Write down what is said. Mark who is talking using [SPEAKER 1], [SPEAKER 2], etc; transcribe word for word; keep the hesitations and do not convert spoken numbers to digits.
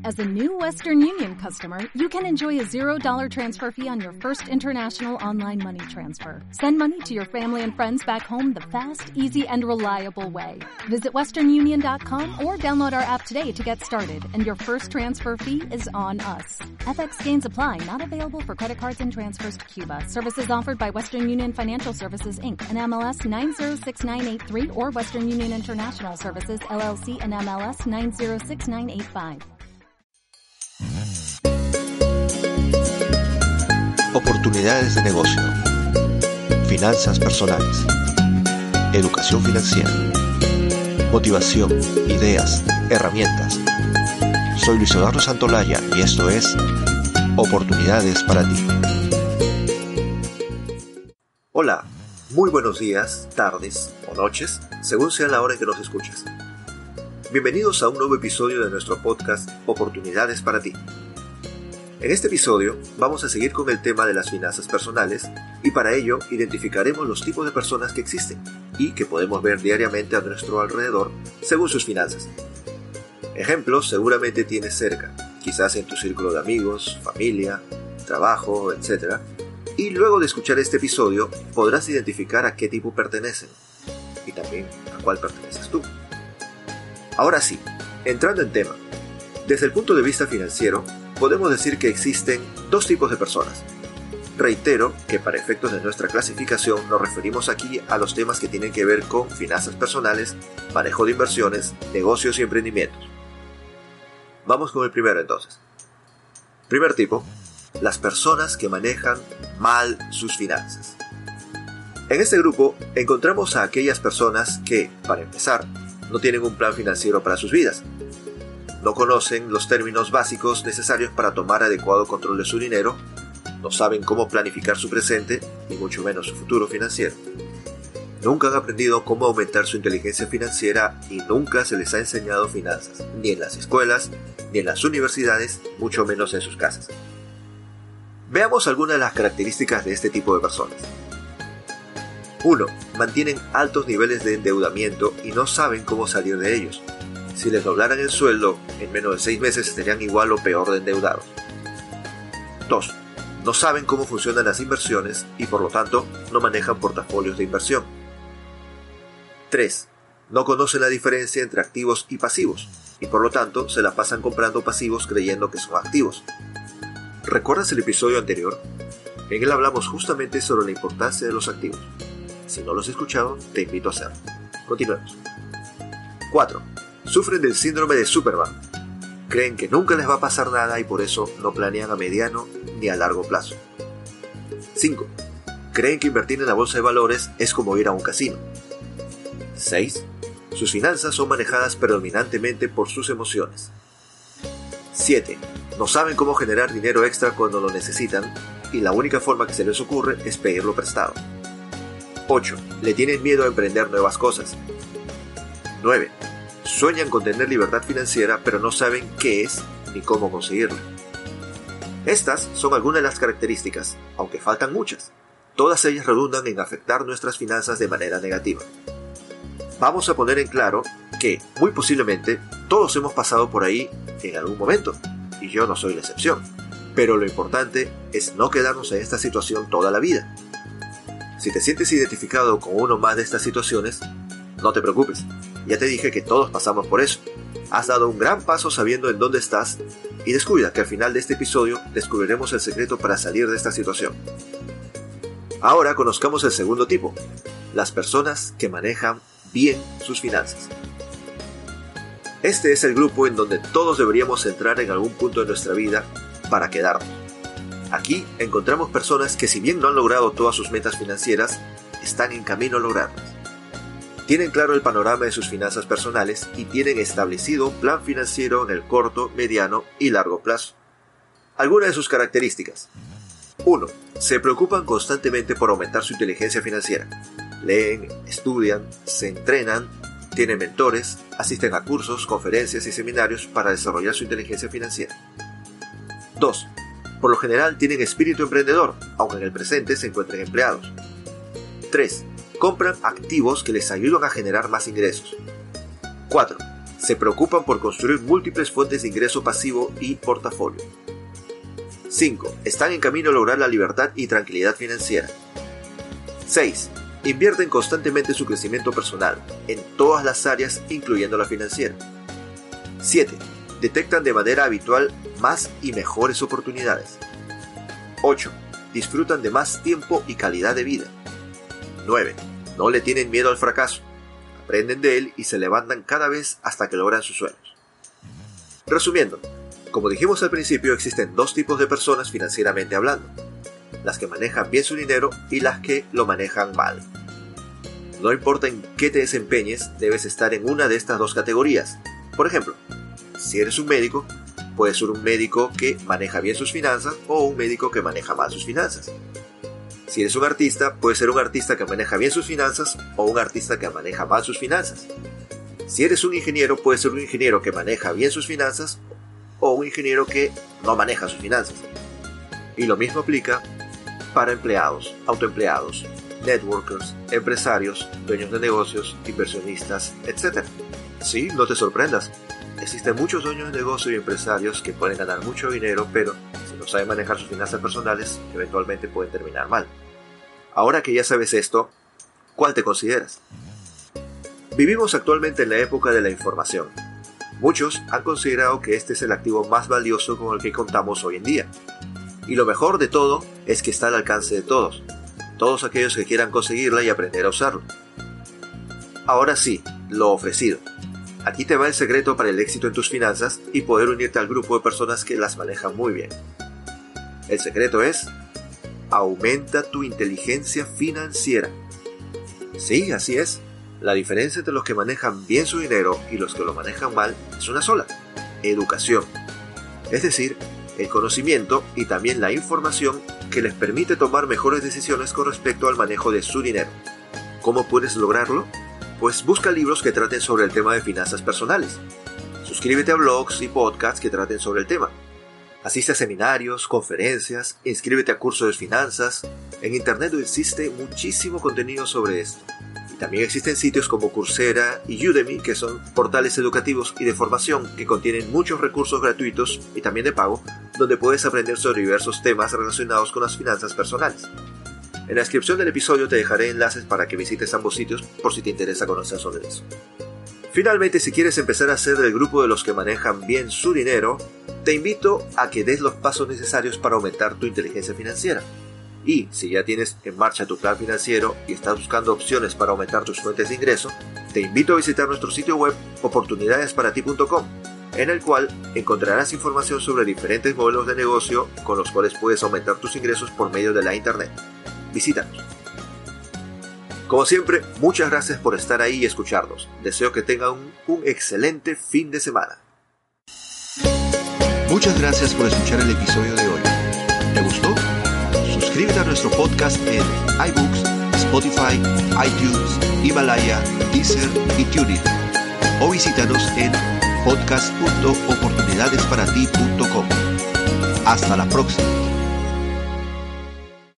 [SPEAKER 1] As a new Western Union customer, you can enjoy a zero dollar transfer fee on your first international online money transfer. Send money to your family and friends back home the fast, easy, and reliable way. Visit western union dot com or download our app today to get started, and your first transfer fee is on us. F X gains apply, not available for credit cards and transfers to Cuba. Services offered by Western Union Financial Services, Incorporated, and M L S nine zero six nine eight three or Western Union International Services, L L C, and M L S nine zero six nine eight five.
[SPEAKER 2] Oportunidades de negocio, finanzas personales, educación financiera, motivación, ideas, herramientas. Soy Luis Eduardo Santolaya y esto es Oportunidades para ti. Hola, muy buenos días, tardes o noches, según sea la hora en que nos escuches. Bienvenidos a un nuevo episodio de nuestro podcast Oportunidades para ti. En este episodio vamos a seguir con el tema de las finanzas personales y para ello identificaremos los tipos de personas que existen y que podemos ver diariamente a nuestro alrededor según sus finanzas. Ejemplos seguramente tienes cerca, quizás en tu círculo de amigos, familia, trabajo, etcétera. Y luego de escuchar este episodio podrás identificar a qué tipo pertenecen y también a cuál perteneces tú. Ahora sí, entrando en tema, desde el punto de vista financiero, podemos decir que existen dos tipos de personas. Reitero que para efectos de nuestra clasificación nos referimos aquí a los temas que tienen que ver con finanzas personales, manejo de inversiones, negocios y emprendimientos. Vamos con el primero entonces. Primer tipo, las personas que manejan mal sus finanzas. En este grupo encontramos a aquellas personas que, para empezar, no tienen un plan financiero para sus vidas. No conocen los términos básicos necesarios para tomar adecuado control de su dinero, no saben cómo planificar su presente, ni mucho menos su futuro financiero. Nunca han aprendido cómo aumentar su inteligencia financiera y nunca se les ha enseñado finanzas, ni en las escuelas, ni en las universidades, mucho menos en sus casas. Veamos algunas de las características de este tipo de personas. uno. Mantienen altos niveles de endeudamiento y no saben cómo salir de ellos. Si les doblaran el sueldo, en menos de seis meses estarían igual o peor de endeudados. dos. No saben cómo funcionan las inversiones y por lo tanto no manejan portafolios de inversión. tres. No conocen la diferencia entre activos y pasivos y por lo tanto se la pasan comprando pasivos creyendo que son activos. ¿Recuerdas el episodio anterior? En él hablamos justamente sobre la importancia de los activos. Si no los has escuchado, te invito a hacerlo. Continuemos. cuatro. Sufren del síndrome de Superman. Creen que nunca les va a pasar nada y por eso no planean a mediano ni a largo plazo. cinco. Creen que invertir en la bolsa de valores es como ir a un casino. seis. Sus finanzas son manejadas predominantemente por sus emociones. siete. No saben cómo generar dinero extra cuando lo necesitan y la única forma que se les ocurre es pedirlo prestado. ocho. Le tienen miedo a emprender nuevas cosas. nueve. Sueñan con tener libertad financiera pero no saben qué es ni cómo conseguirla. Estas son algunas de las características, aunque faltan muchas. Todas ellas redundan en afectar nuestras finanzas de manera negativa. Vamos a poner en claro que, muy posiblemente, todos hemos pasado por ahí en algún momento, y yo no soy la excepción. Pero lo importante es no quedarnos en esta situación toda la vida. Si te sientes identificado con uno más de estas situaciones, no te preocupes. Ya te dije que todos pasamos por eso. Has dado un gran paso sabiendo en dónde estás y descuida que al final de este episodio descubriremos el secreto para salir de esta situación. Ahora conozcamos el segundo tipo, las personas que manejan bien sus finanzas. Este es el grupo en donde todos deberíamos entrar en algún punto de nuestra vida para quedarnos. Aquí encontramos personas que si bien no han logrado todas sus metas financieras, están en camino a lograrlas. Tienen claro el panorama de sus finanzas personales y tienen establecido un plan financiero en el corto, mediano y largo plazo. Algunas de sus características. uno. Se preocupan constantemente por aumentar su inteligencia financiera. Leen, estudian, se entrenan, tienen mentores, asisten a cursos, conferencias y seminarios para desarrollar su inteligencia financiera. dos. Por lo general tienen espíritu emprendedor, aunque en el presente se encuentren empleados. tres. Compran activos que les ayudan a generar más ingresos. cuatro. Se preocupan por construir múltiples fuentes de ingreso pasivo y portafolio. cinco. Están en camino a lograr la libertad y tranquilidad financiera. seis. Invierten constantemente su crecimiento personal, en todas las áreas, incluyendo la financiera. siete. Detectan de manera habitual más y mejores oportunidades. ocho. Disfrutan de más tiempo y calidad de vida. nueve. No le tienen miedo al fracaso. Aprenden de él y se levantan cada vez hasta que logran sus sueños. Resumiendo, como dijimos al principio, existen dos tipos de personas financieramente hablando: las que manejan bien su dinero y las que lo manejan mal. No importa en qué te desempeñes, debes estar en una de estas dos categorías. Por ejemplo, si eres un médico, puedes ser un médico que maneja bien sus finanzas o un médico que maneja mal sus finanzas. Si eres un artista, puedes ser un artista que maneja bien sus finanzas o un artista que maneja mal sus finanzas. Si eres un ingeniero, puedes ser un ingeniero que maneja bien sus finanzas o un ingeniero que no maneja sus finanzas. Y lo mismo aplica para empleados, autoempleados, networkers, empresarios, dueños de negocios, inversionistas, etcétera. Sí, no te sorprendas. Existen muchos dueños de negocio y empresarios que pueden ganar mucho dinero, pero si no saben manejar sus finanzas personales, eventualmente pueden terminar mal. Ahora que ya sabes esto, ¿cuál te consideras? Vivimos actualmente en la época de la información. Muchos han considerado que este es el activo más valioso con el que contamos hoy en día. Y lo mejor de todo es que está al alcance de todos, todos aquellos que quieran conseguirla y aprender a usarlo. Ahora sí, lo ofrecido. Aquí te va el secreto para el éxito en tus finanzas y poder unirte al grupo de personas que las manejan muy bien. El secreto es: aumenta tu inteligencia financiera. Sí, así es. La diferencia entre los que manejan bien su dinero y los que lo manejan mal es una sola: educación. Es decir, el conocimiento y también la información que les permite tomar mejores decisiones con respecto al manejo de su dinero. ¿Cómo puedes lograrlo? Pues busca libros que traten sobre el tema de finanzas personales. Suscríbete a blogs y podcasts que traten sobre el tema. Asiste a seminarios, conferencias, inscríbete a cursos de finanzas. En internet existe muchísimo contenido sobre esto. Y también existen sitios como Coursera y Udemy, que son portales educativos y de formación que contienen muchos recursos gratuitos y también de pago, donde puedes aprender sobre diversos temas relacionados con las finanzas personales. En la descripción del episodio te dejaré enlaces para que visites ambos sitios por si te interesa conocer sobre eso. Finalmente, si quieres empezar a ser del grupo de los que manejan bien su dinero, te invito a que des los pasos necesarios para aumentar tu inteligencia financiera. Y si ya tienes en marcha tu plan financiero y estás buscando opciones para aumentar tus fuentes de ingreso, te invito a visitar nuestro sitio web oportunidades para ti punto com, en el cual encontrarás información sobre diferentes modelos de negocio con los cuales puedes aumentar tus ingresos por medio de la internet. Visítanos. Como siempre, muchas gracias por estar ahí y escucharnos. Deseo que tengan un, un excelente fin de semana.
[SPEAKER 3] Muchas gracias por escuchar el episodio de hoy. ¿Te gustó? Suscríbete a nuestro podcast en iBooks, Spotify, iTunes, Himalaya, Deezer y TuneIn. O visítanos en podcast punto oportunidades para ti punto com. Hasta la próxima.